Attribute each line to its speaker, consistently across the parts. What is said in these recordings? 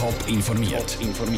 Speaker 1: Top informiert.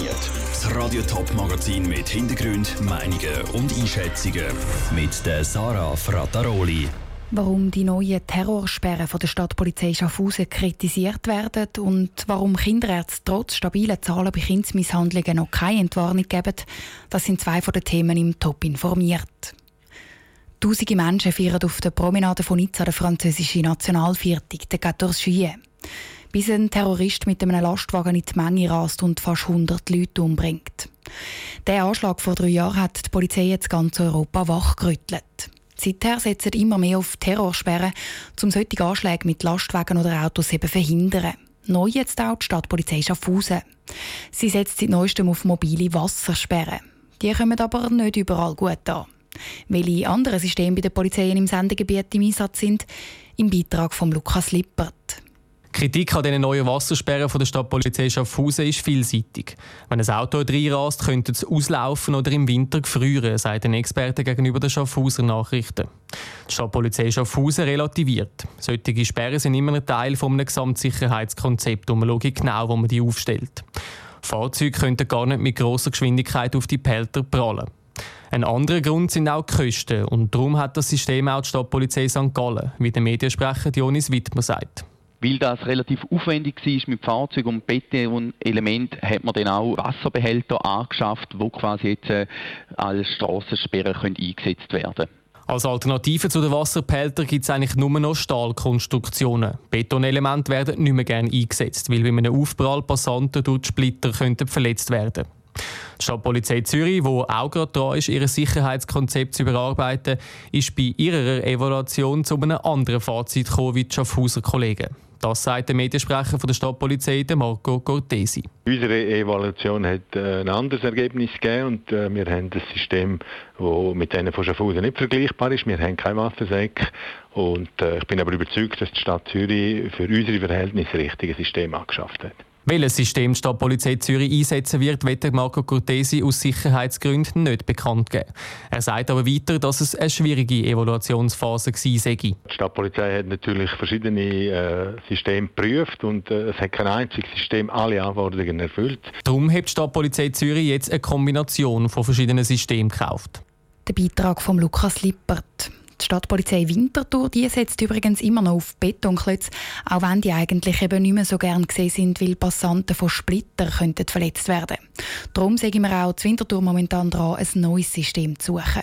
Speaker 1: Das Radio Top Magazin mit Hintergrund, Meinungen und Einschätzungen mit der Sarah Frataroli.
Speaker 2: Warum die neuen Terrorsperren von der Stadtpolizei Schaffhausen kritisiert werden und warum Kinderärzte trotz stabiler Zahlen bei Kindsmisshandlungen noch keine Entwarnung geben, das sind zwei von den Themen im Top informiert. Tausende Menschen feiern auf der Promenade von Nizza den französischen Nationalviertag, den 14 Juillet. Bis ein Terrorist mit einem Lastwagen in die Menge rast und fast 100 Leute umbringt. Der Anschlag vor 3 Jahren hat die Polizei jetzt ganz Europa wachgerüttelt. Seither setzen immer mehr auf Terrorsperren, um solche Anschläge mit Lastwagen oder Autos eben verhindern. Neu jetzt auch die Stadtpolizei Schaffhausen. Sie setzt seit neuestem auf mobile Wassersperren. Die kommen aber nicht überall gut an. Welche anderen Systeme bei den Polizeien im Sendegebiet im Einsatz sind, im Beitrag von Lukas Lippert.
Speaker 3: Kritik an diesen neuen Wassersperren von der Stadtpolizei Schaffhausen ist vielseitig. Wenn ein Auto reinrast, könnte es auslaufen oder im Winter gefrieren, sagt ein Experte gegenüber den Schaffhauser Nachrichten. Die Stadtpolizei Schaffhausen relativiert. Solche Sperren sind immer ein Teil eines Gesamtsicherheitskonzepts und man schaut genau, wo man die aufstellt. Fahrzeuge könnten gar nicht mit grosser Geschwindigkeit auf die Pelter prallen. Ein anderer Grund sind auch die Kosten und darum hat das System auch die Stadtpolizei St. Gallen, wie der Mediensprecher Dionis Wittmer sagt.
Speaker 4: Weil das relativ aufwendig war mit Fahrzeug und Beton-Element, hat man dann auch Wasserbehälter angeschafft, die quasi jetzt als Strassensperre eingesetzt werden können.
Speaker 3: Als Alternative zu den Wasserpeltern gibt es eigentlich nur noch Stahlkonstruktionen. Betonelemente werden nicht mehr gerne eingesetzt, weil bei einem Aufprall Passanten durch die Splitter verletzt werden könnten. Die Stadtpolizei Zürich, die auch gerade dran ist, ihr Sicherheitskonzept zu überarbeiten, ist bei ihrer Evaluation zu einem anderen Fazit gekommen wie die Schaffhauser Kollegen. Das sagt der Mediensprecher von der Stadtpolizei, Marco Cortesi.
Speaker 5: Unsere Evaluation hat ein anderes Ergebnis gegeben und wir haben ein System, das mit denen von Schaffhausen nicht vergleichbar ist. Wir haben keine Waffensäcke und ich bin aber überzeugt, dass die Stadt Zürich für unsere Verhältnisse das richtige System angeschafft hat.
Speaker 3: Welches System die Stadtpolizei Zürich einsetzen wird, wird Marco Cortesi aus Sicherheitsgründen nicht bekannt geben. Er sagt aber weiter, dass es eine schwierige Evaluationsphase gewesen sei.
Speaker 5: Die Stadtpolizei hat natürlich verschiedene Systeme geprüft und es hat kein einziges System alle Anforderungen erfüllt.
Speaker 3: Darum hat die Stadtpolizei Zürich jetzt eine Kombination von verschiedenen Systemen gekauft.
Speaker 2: Der Beitrag von Lukas Lippert. Die Stadtpolizei Winterthur die setzt übrigens immer noch auf Betonklötze, auch wenn die eigentlich eben nicht mehr so gern gesehen sind, weil Passanten von Splittern könnten verletzt werden. Darum sagen wir auch zu Winterthur momentan dran, ein neues System zu suchen.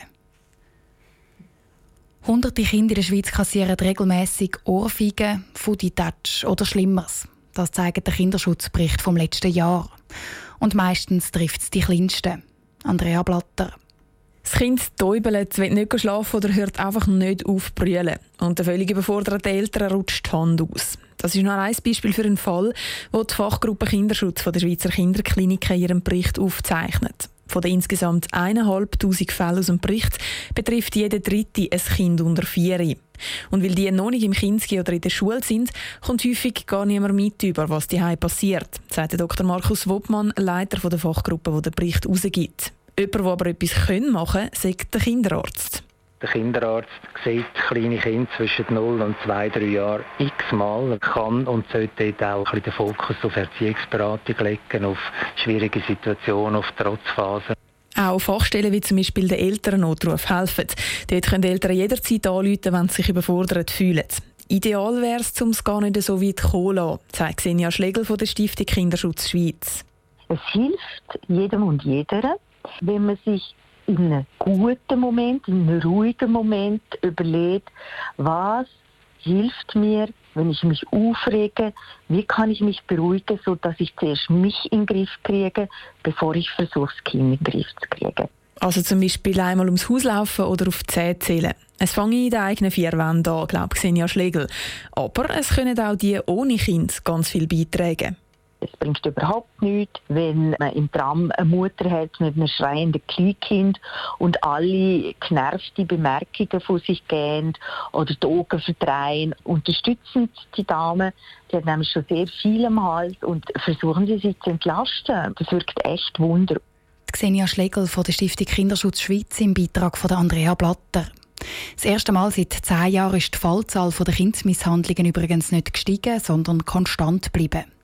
Speaker 2: Hunderte Kinder in der Schweiz kassieren regelmässig Ohrfeigen, Foodie-Touch oder Schlimmeres. Das zeigt der Kinderschutzbericht vom letzten Jahr. Und meistens trifft es die Kleinsten. Andrea Blatter.
Speaker 6: Das Kind täubelt, will nicht schlafen oder hört einfach nicht auf zu brüllen. Und der völlig überforderte Eltern rutscht die Hand aus. Das ist nur ein Beispiel für einen Fall, wo die Fachgruppe Kinderschutz von der Schweizer Kinderklinik in ihrem Bericht aufzeichnet. Von den insgesamt 1'500 Fällen aus dem Bericht betrifft jeder dritte ein Kind unter 4. Und weil die noch nicht im Kinski oder in der Schule sind, kommt häufig gar niemand mit über, was daheim passiert, sagt Dr. Markus Wobmann, Leiter der Fachgruppe, die den Bericht herausgibt. Jemand, der aber etwas machen kann, sagt der Kinderarzt.
Speaker 7: Der Kinderarzt sieht kleine Kinder zwischen 0 und 2-3 Jahren x-mal, kann und sollte auch ein bisschen den Fokus auf Erziehungsberatung legen, auf schwierige Situationen, auf Trotzphasen.
Speaker 6: Auch Fachstellen wie zum Beispiel der Elternnotruf helfen. Dort können Eltern jederzeit anrufen, wenn sie sich überfordert fühlen. Ideal wäre es, um es gar nicht so weit kommen zu lassen, sagt Xenia Schlegel von der Stiftung Kinderschutz Schweiz.
Speaker 8: Es hilft jedem und jeder, wenn man sich in einem guten Moment, in einem ruhigen Moment überlegt, was hilft mir, wenn ich mich aufrege, wie kann ich mich beruhigen, sodass ich zuerst mich in den Griff kriege, bevor ich versuche, das Kind in den Griff zu kriegen.
Speaker 6: Also zum Beispiel einmal ums Haus laufen oder auf die Zähne zählen. Es fange in den eigenen 4 Wänden an, glaubt Xenia Schlegel. Aber es können auch die ohne Kind ganz viel beitragen.
Speaker 8: Es bringt überhaupt nichts, wenn man im Tram eine Mutter hat mit einem schreienden Kleinkind und alle genervte Bemerkungen von sich geben oder die Augen verdrehen. Unterstützen die Dame, die hat nämlich schon sehr viel am Hals und versuchen sie sich zu entlasten. Das wirkt echt Wunder.
Speaker 2: Xenia Schlegel von der Stiftung Kinderschutz Schweiz im Beitrag von Andrea Blatter. Das erste Mal seit 10 Jahren ist die Fallzahl der Kindsmisshandlungen übrigens nicht gestiegen, sondern konstant geblieben.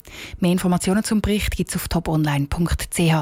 Speaker 2: Mehr Informationen zum Bericht gibt es auf toponline.ch.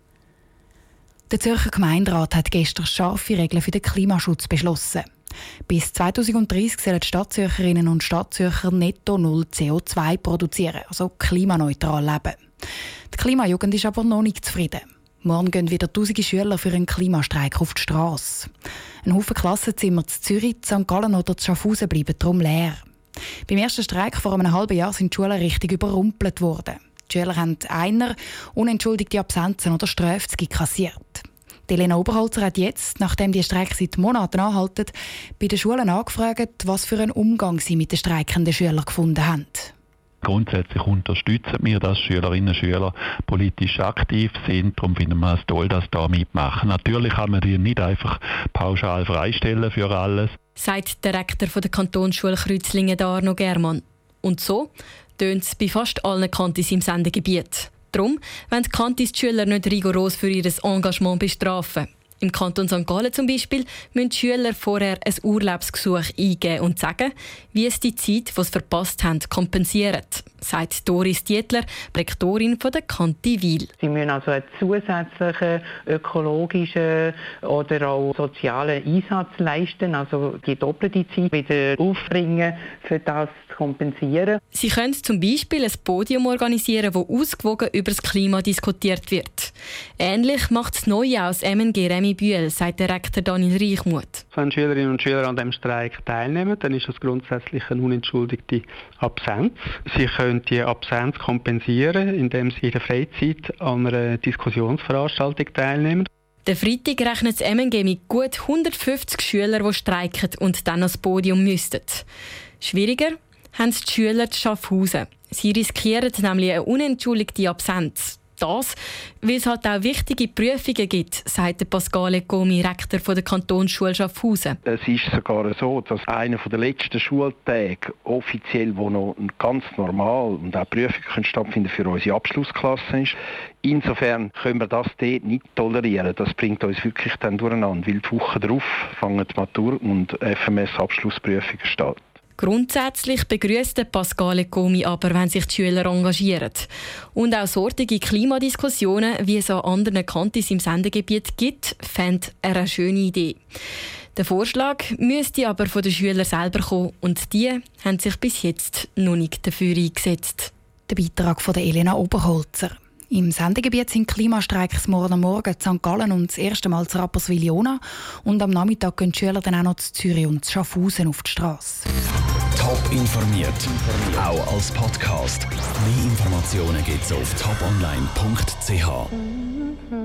Speaker 2: Der Zürcher Gemeinderat hat gestern scharfe Regeln für den Klimaschutz beschlossen. Bis 2030 sollen die Stadtzürcherinnen und Stadtzürcher netto 0 CO2 produzieren, also klimaneutral leben. Die Klimajugend ist aber noch nicht zufrieden. Morgen gehen wieder tausende Schüler für einen Klimastreik auf die Strasse. Ein Haufen Klassenzimmer in Zürich, St. Gallen oder Schaffhausen bleiben darum leer. Beim ersten Streik vor einem halben Jahr sind die Schulen richtig überrumpelt worden. Die Schüler haben einer unentschuldigte Absenzen oder Strafzüge kassiert. Elena Oberholzer hat jetzt, nachdem die Streik seit Monaten anhalten, bei den Schulen angefragt, was für einen Umgang sie mit den streikenden Schülern gefunden haben.
Speaker 9: Grundsätzlich unterstützen wir, dass Schülerinnen und Schüler politisch aktiv sind. Darum finden wir es toll, dass sie da mitmachen. Natürlich kann man die nicht einfach pauschal freistellen für alles.
Speaker 10: Sagt der Rektor der Kantonsschule Kreuzlingen, Arno Germann. Und so tönt es bei fast allen Kantis im Sendegebiet. Darum wollen die Kantis die Schüler nicht rigoros für ihr Engagement bestrafen. Im Kanton St. Gallen zum Beispiel müssen die Schüler vorher ein Urlaubsgesuch eingeben und sagen, wie sie die Zeit, die sie verpasst haben, kompensieren, sagt Doris Dietler, Rektorin der Kanti Wil.
Speaker 11: Sie müssen also einen zusätzlichen ökologischen oder auch sozialen Einsatz leisten, also die doppelte Zeit wieder aufbringen, für das zu kompensieren.
Speaker 10: Sie können zum Beispiel ein Podium organisieren, wo ausgewogen über das Klima diskutiert wird. Ähnlich macht das Neue aus MNG Remi Bühl, sagt der Rektor Daniel Reichmuth.
Speaker 12: Wenn Schülerinnen und Schüler an dem Streik teilnehmen, dann ist das grundsätzlich eine unentschuldigte Absenz. Sie können die Absenz kompensieren, indem sie in der Freizeit an einer Diskussionsveranstaltung teilnehmen.
Speaker 10: Der Freitag rechnet das MNG mit gut 150 Schülern, die streiken und dann ans Podium müssten. Schwieriger haben es die Schüler zu Schaffhausen. Sie riskieren nämlich eine unentschuldigte Absenz. Das, weil es halt auch wichtige Prüfungen gibt, sagt Pasquale Comi, Rektor der Kantonsschule Schaffhausen.
Speaker 13: Es ist sogar so, dass einer der letzten Schultage offiziell, wo noch ganz normal und auch Prüfungen stattfinden für unsere Abschlussklasse ist. Insofern können wir das dort nicht tolerieren. Das bringt uns wirklich dann durcheinander, weil die Woche darauf fangen die Matur- und FMS-Abschlussprüfungen statt.
Speaker 10: Grundsätzlich begrüßt Pasquale Comi aber, wenn sich die Schüler engagieren. Und auch sortige Klimadiskussionen, wie es an anderen Kantis im Sendegebiet gibt, fände er eine schöne Idee. Der Vorschlag müsste aber von den Schülern selber kommen und die haben sich bis jetzt noch nicht dafür eingesetzt.
Speaker 2: Der Beitrag von Elena Oberholzer. Im Sendegebiet sind Klimastreiks morgen am Morgen in St. Gallen und das erste Mal zu Rapperswil-Jona. Und am Nachmittag gehen die Schüler dann auch noch zu Zürich und zu Schaffhausen auf die Strasse.
Speaker 1: Top informiert, auch als Podcast. Mehr Informationen gibt es auf toponline.ch.